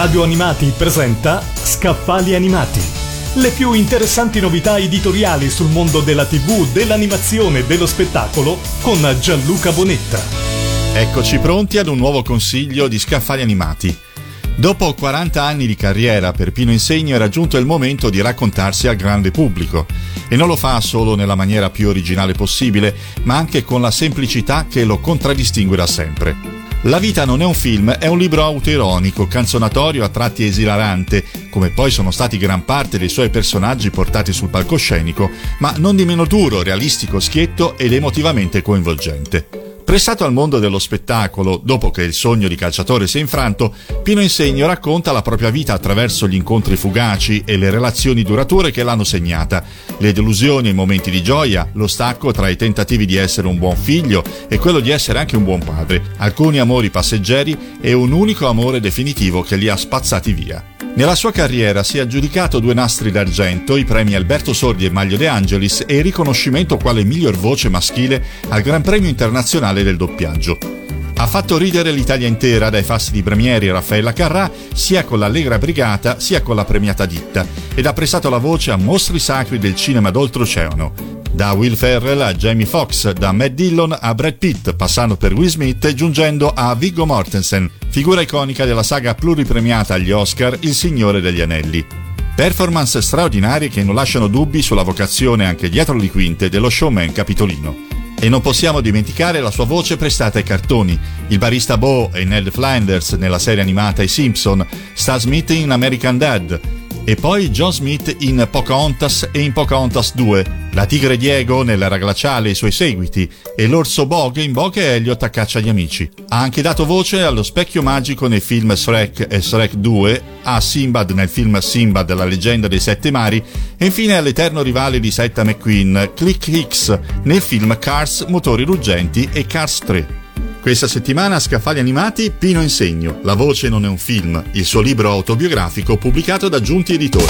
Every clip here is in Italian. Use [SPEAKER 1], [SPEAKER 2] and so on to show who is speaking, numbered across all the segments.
[SPEAKER 1] Radio Animati presenta Scaffali Animati. Le più interessanti novità editoriali sul mondo della TV, dell'animazione e dello spettacolo con Gianluca Bonetta.
[SPEAKER 2] Eccoci pronti ad un nuovo consiglio di Scaffali Animati. Dopo 40 anni di carriera per Pino Insegno è raggiunto il momento di raccontarsi al grande pubblico e non lo fa solo nella maniera più originale possibile, ma anche con la semplicità che lo contraddistingue da sempre. La vita non è un film, è un libro autoironico, canzonatorio, a tratti esilarante, come poi sono stati gran parte dei suoi personaggi portati sul palcoscenico, ma non di meno duro, realistico, schietto ed emotivamente coinvolgente. Prestato al mondo dello spettacolo, dopo che il sogno di calciatore si è infranto, Pino Insegno racconta la propria vita attraverso gli incontri fugaci e le relazioni durature che l'hanno segnata, le delusioni e i momenti di gioia, lo stacco tra i tentativi di essere un buon figlio e quello di essere anche un buon padre, alcuni amori passeggeri e un unico amore definitivo che li ha spazzati via. Nella sua carriera si è aggiudicato 2 nastri d'argento, i premi Alberto Sordi e Maglio De Angelis e il riconoscimento quale miglior voce maschile al Gran Premio Internazionale del Doppiaggio. Ha fatto ridere l'Italia intera, dai Fasti di Bramieri e Raffaella Carrà, sia con l'Allegra Brigata sia con la premiata Ditta, ed ha prestato la voce a mostri sacri del cinema d'oltreoceano. Da Will Ferrell a Jamie Foxx, da Matt Dillon a Brad Pitt, passando per Will Smith e giungendo a Viggo Mortensen, figura iconica della saga pluripremiata agli Oscar Il Signore degli Anelli. Performance straordinarie che non lasciano dubbi sulla vocazione anche dietro le quinte dello showman capitolino. E non possiamo dimenticare la sua voce prestata ai cartoni, il barista Bo e Ned Flanders nella serie animata I Simpson, Stan Smith in American Dad, e poi John Smith in Pocahontas e in Pocahontas 2, la tigre Diego nell'era glaciale e i suoi seguiti, e l'orso Bog in Bog e Elliot a caccia agli amici. Ha anche dato voce allo specchio magico nei film Shrek e Shrek 2, a Sinbad nel film Sinbad, la leggenda dei 7 mari, e infine all'eterno rivale di Setta McQueen, Click Hicks, nel film Cars, Motori ruggenti e Cars 3. Questa settimana a Scaffali Animati Pino Insegno, La voce non è un film, il suo libro autobiografico pubblicato da Giunti Editore.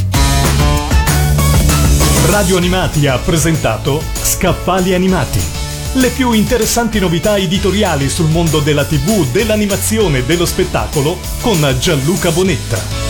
[SPEAKER 1] Radio Animati ha presentato Scaffali Animati. Le più interessanti novità editoriali sul mondo della TV, dell'animazione e dello spettacolo con Gianluca Bonetta.